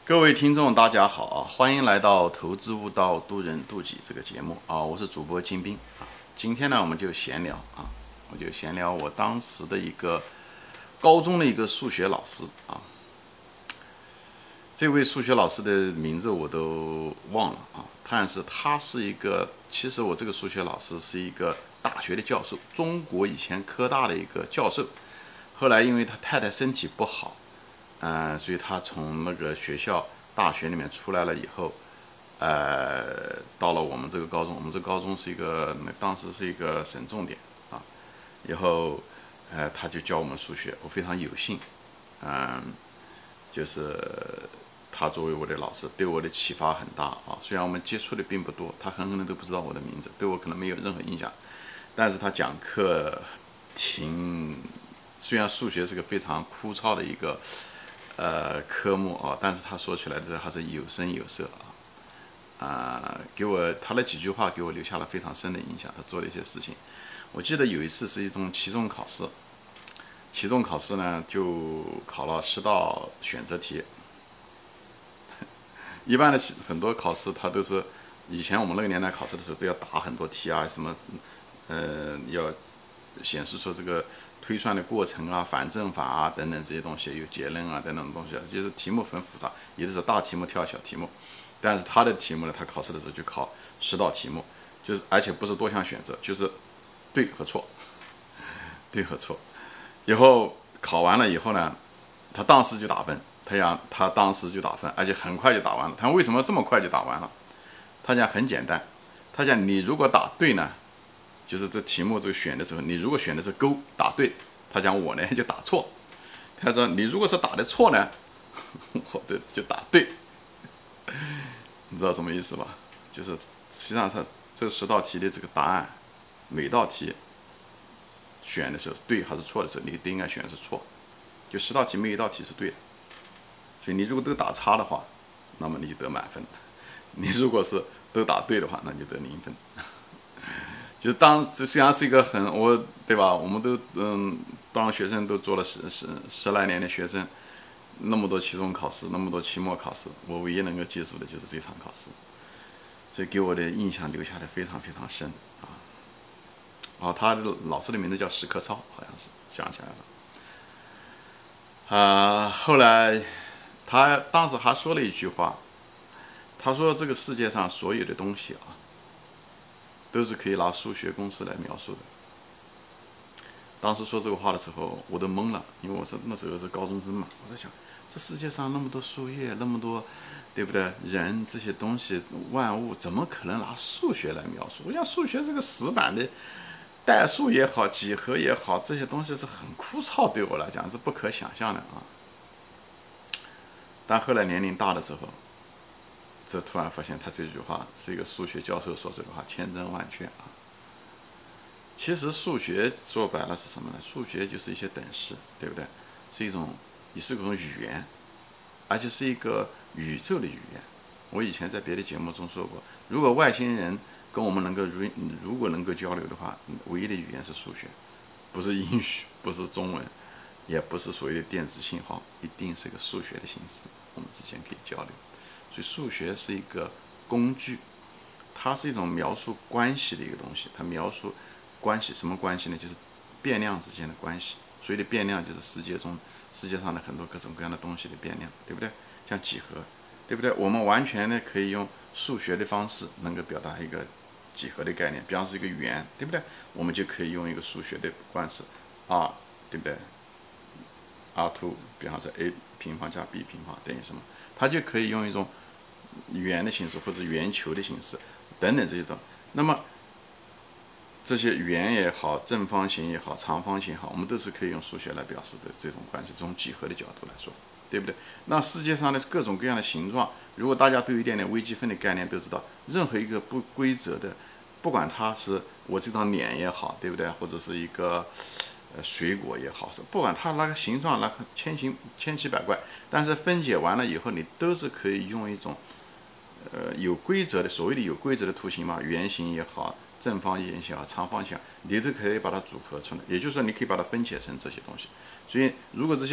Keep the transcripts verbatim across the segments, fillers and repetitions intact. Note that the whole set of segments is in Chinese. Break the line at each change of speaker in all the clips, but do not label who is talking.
各位听众，大家好啊！欢迎来到《投资悟道，渡人渡己》这个节目啊！我是主播金兵啊。今天呢，我们就闲聊啊，我就闲聊我当时的一个高中的一个数学老师啊。这位数学老师的名字我都忘了啊，但是他是一个，其实我这个数学老师是一个大学的教授，中国以前科大的一个教授。后来因为他太太身体不好，嗯、呃，所以他从那个学校大学里面出来了以后，呃，到了我们这个高中，我们这个高中是一个当时是一个省重点啊，以后，呃，他就教我们数学，我非常有幸，嗯，就是他作为我的老师，对我的启发很大啊。虽然我们接触的并不多，他很可能都不知道我的名字，对我可能没有任何印象，但是他讲课挺，虽然数学是个非常枯燥的一个呃科目啊，但是他说起来的时候还是有声有色啊。啊、呃，给我他的几句话给我留下了非常深的印象。他做的一些事情，我记得有一次是一种期中考试，期中考试呢就考了十道选择题。一般的很多考试它都是以前我们那个年代考试的时候都要答很多题啊，什么呃要显示出这个推算的过程啊、反证法啊等等这些东西，有结论啊等等的东西，就是题目很复杂，也就是大题目跳小题目。但是他的题目呢，他考试的时候就考十道题目，就是而且不是多项选择，就是对和错，对和错。以后考完了以后呢，他当时就打分，他讲他当时就打分，而且很快就打完了。他为什么这么快就打完了？他讲很简单，他讲你如果打对呢，就是这题目这个选的时候，你如果选的是勾打对，他讲我呢就打错。他说你如果是打的错呢，我的就打对。你知道什么意思吧？就是实际上它这十道题的这个答案，每道题选的时候对还是错的时候，你都应该选的是错。就十道题没有一道题是对的，所以你如果都打差的话，那么你就得满分；你如果是都打对的话，那就得零分。就当实际上是一个很我对吧？我们都嗯当学生都做了十十十来年的学生。那么多期中考试，那么多期末考试，我唯一能够记住的就是这场考试，所以给我的印象留下的非常非常深啊！哦，他的老师的名字叫史克超，好像是想起来了。啊、呃，后来他当时还说了一句话，他说这个世界上所有的东西啊，都是可以拿数学公式来描述的。当时说这个话的时候，我都懵了，因为我是那时候是高中生嘛，我在想。这世界上那么多树叶，那么多，对不对？人这些东西，万物怎么可能拿数学来描述？我想数学是个死板的，代数也好，几何也好，这些东西是很枯燥，对我来讲是不可想象的啊。但后来年龄大的时候，这突然发现他这句话是一个数学教授说出的话，千真万确啊。其实数学说白了是什么呢？数学就是一些等式，对不对？是一种。也是一种语言，而且是一个宇宙的语言。我以前在别的节目中说过，如果外星人跟我们能够如如果能够交流的话，唯一的语言是数学，不是英语，不是中文，也不是所谓的电子信号，一定是个数学的形式，我们之间可以交流。所以数学是一个工具，它是一种描述关系的一个东西。它描述关系，什么关系呢？就是变量之间的关系。所谓的变量就是世界中。世界上的很多各种各样的东西的变量，对不对？像几何，对不对？我们完全呢可以用数学的方式能够表达一个几何的概念，比方说一个圆，对不对？我们就可以用一个数学的公式 r， 对不对 ？r 二， 比方说 a 平方加 b 平方等于什么？它就可以用一种圆的形式或者圆球的形式等等这些种。那么这些圆也好，正方形也好，长方形也好，我们都是可以用数学来表示的这种关系。从几何的角度来说，对不对？那世界上的各种各样的形状，如果大家都有一点点微积分的概念，都知道，任何一个不规则的，不管它是我这张脸也好，对不对？或者是一个呃水果也好，是不管它那个形状那个千形千奇百怪，但是分解完了以后，你都是可以用一种呃有规则的，所谓的有规则的图形嘛，圆形也好。正方形也好，长方形，你都可以把它组合出来。也就是说，你可以把它分解成这些东西。所以，如果这些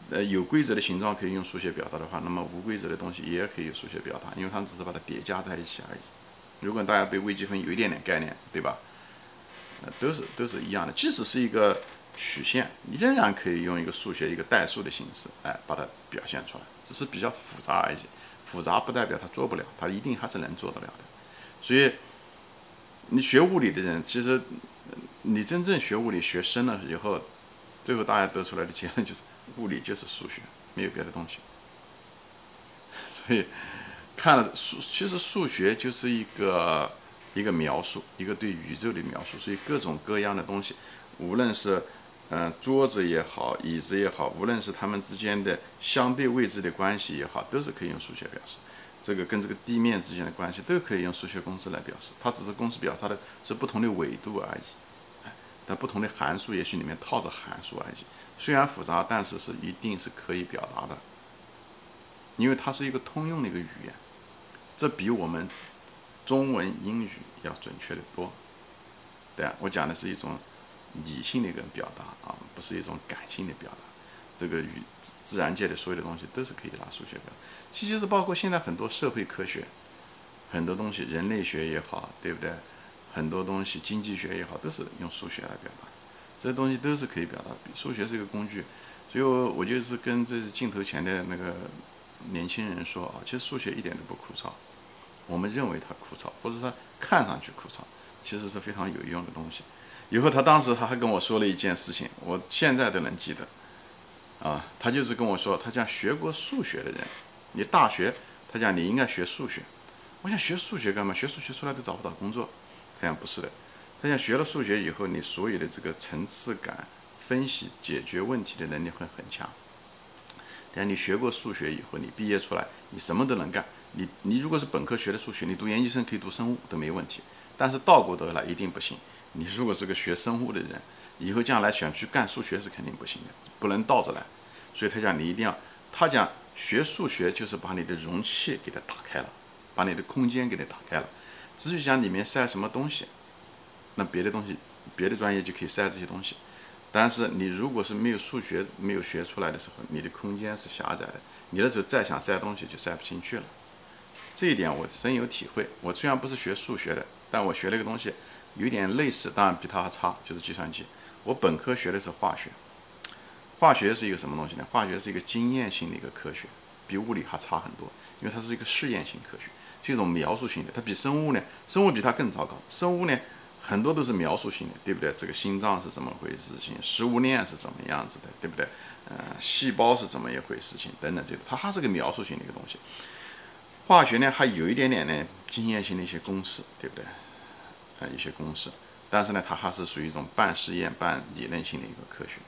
呃有规则的形状可以用数学表达的话，那么无规则的东西也可以用数学表达，因为它们只是把它叠加在一起而已。如果大家对微积分有一点点概念，对吧？呃，都是都是一样的，即使是一个曲线，你仍然可以用一个数学一个代数的形式，哎，把它表现出来，只是比较复杂而已。复杂不代表它做不了，它一定还是能做得了的。所以，你学物理的人，其实你真正学物理学深了以后，最后大家得出来的结论就是，物理就是数学，没有别的东西。所以。看了数，其实数学就是一个一个描述，一个对宇宙的描述。所以各种各样的东西，无论是嗯、呃、桌子也好，椅子也好，无论是它们之间的相对位置的关系也好，都是可以用数学表示。这个跟这个地面之间的关系都可以用数学公式来表示。它只是公式表达的是不同的纬度而已，但不同的函数也许里面套着函数而已。虽然复杂，但是是一定是可以表达的，因为它是一个通用的一个语言。这比我们中文、英语要准确的多。对啊，我讲的是一种理性的一个表达啊，不是一种感性的表达。这个与自然界的所有的东西都是可以拿数学表达，其实是包括现在很多社会科学，很多东西，人类学也好，对不对？很多东西，经济学也好，都是用数学来表达。这些东西都是可以表达，数学是一个工具。所以我我就是跟这镜头前的那个年轻人说啊，其实数学一点都不枯燥。我们认为它枯燥，或者它看上去枯燥，其实是非常有用的东西。以后他当时他还跟我说了一件事情，我现在都能记得。啊，他就是跟我说，他讲学过数学的人，你大学，他讲你应该学数学。我想学数学干嘛？学数学出来都找不到工作。他讲不是的，他讲学了数学以后，你所有的这个层次感、分析、解决问题的能力会很强。但你学过数学以后，你毕业出来，你什么都能干。你你如果是本科学的数学，你读研究生可以读生物都没问题。但是倒过头来一定不行。你如果是个学生物的人，以后将来想去干数学是肯定不行的，不能倒着来。所以他讲你一定要，他讲学数学就是把你的容器给它打开了，把你的空间给它打开了。至于讲里面塞什么东西，那别的东西，别的专业就可以塞这些东西。但是你如果是没有数学没有学出来的时候，你的空间是狭窄的，你那时候再想塞东西就塞不进去了。这一点我深有体会。我虽然不是学数学的，但我学了一个东西有点类似，当然比它还差，就是计算机。我本科学的是化学，化学是一个什么东西呢？化学是一个经验性的一个科学，比物理还差很多，因为它是一个试验性科学，是一种描述性的。它比生物呢，生物比它更糟糕。生物呢，很多都是描述性的，对不对？这个心脏是怎么回事情，食物链是怎么样子的，对不对？呃，细胞是怎么一回事情等等这个，它还是个描述性的一个东西。化学呢，还有一点点呢经验性的一些公式，对不对？呃，一些公式，但是呢，它还是属于一种半实验半理论性的一个科学。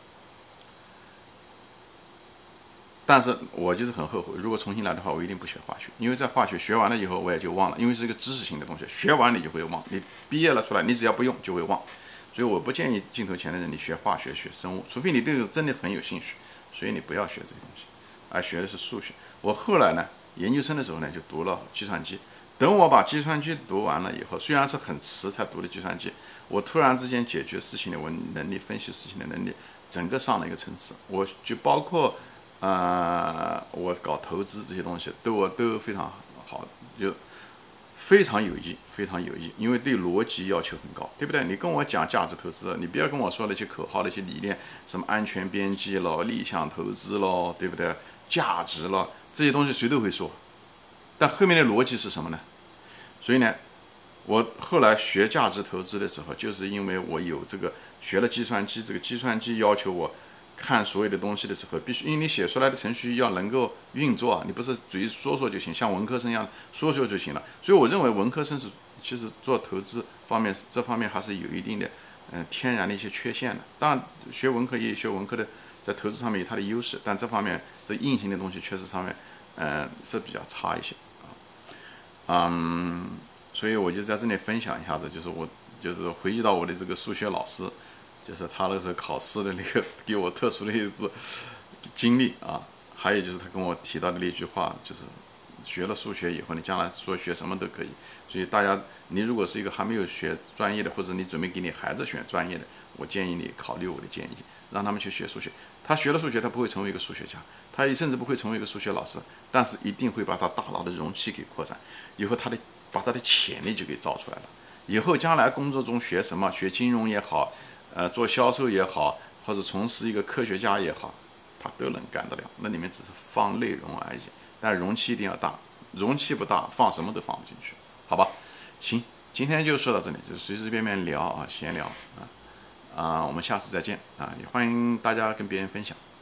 但是我就是很后悔，如果重新来的话，我一定不学化学，因为在化学学完了以后我也就忘了，因为是一个知识性的东西，学完了就会忘，你毕业了出来，你只要不用就会忘。所以我不建议镜头前的人你学化学学生物，除非你对这个真的很有兴趣，所以你不要学这些东西，而学的是数学。我后来呢，研究生的时候呢，就读了计算机。等我把计算机读完了以后，虽然是很迟才读的计算机，我突然之间解决事情的能力、分析事情的能力，整个上了一个层次。我就包括呃，我搞投资这些东西，对我都非常好，就非常有益，非常有益。因为对逻辑要求很高，对不对？你跟我讲价值投资，你不要跟我说那些口号、那些理念，什么安全边际咯、逆向投资咯，对不对？价值咯，这些东西谁都会说。但后面的逻辑是什么呢？所以呢，我后来学价值投资的时候，就是因为我有这个学了计算机，这个计算机要求我看所有的东西的时候，必须因为你写出来的程序要能够运作，你不是嘴说说就行，像文科生一样说说就行了。所以我认为文科生是其实做投资方面这方面还是有一定的嗯、呃、天然的一些缺陷的。当然学文科也有学文科的在投资上面有它的优势，但这方面这硬性的东西确实上面嗯、呃、是比较差一些。嗯，所以我就在这里分享一下子，就是我就是回忆到我的这个数学老师，就是他那时候考试的那个给我特殊的一次经历啊，还有就是他跟我提到的那句话，就是学了数学以后，你将来说学什么都可以。所以大家，你如果是一个还没有学专业的，或者你准备给你孩子选专业的，我建议你考虑我的建议，让他们去学数学。他学了数学，他不会成为一个数学家，他甚至不会成为一个数学老师，但是一定会把他大脑的容器给扩展，以后他的把他的潜力就给造出来了。以后将来工作中学什么，学金融也好，呃，做销售也好，或者从事一个科学家也好，他都能干得了。那里面只是放内容而已，但容器一定要大，容器不大，放什么都放不进去，好吧？行，今天就说到这里，就随随便便聊啊，闲聊啊啊，我们下次再见啊，也欢迎大家跟别人分享。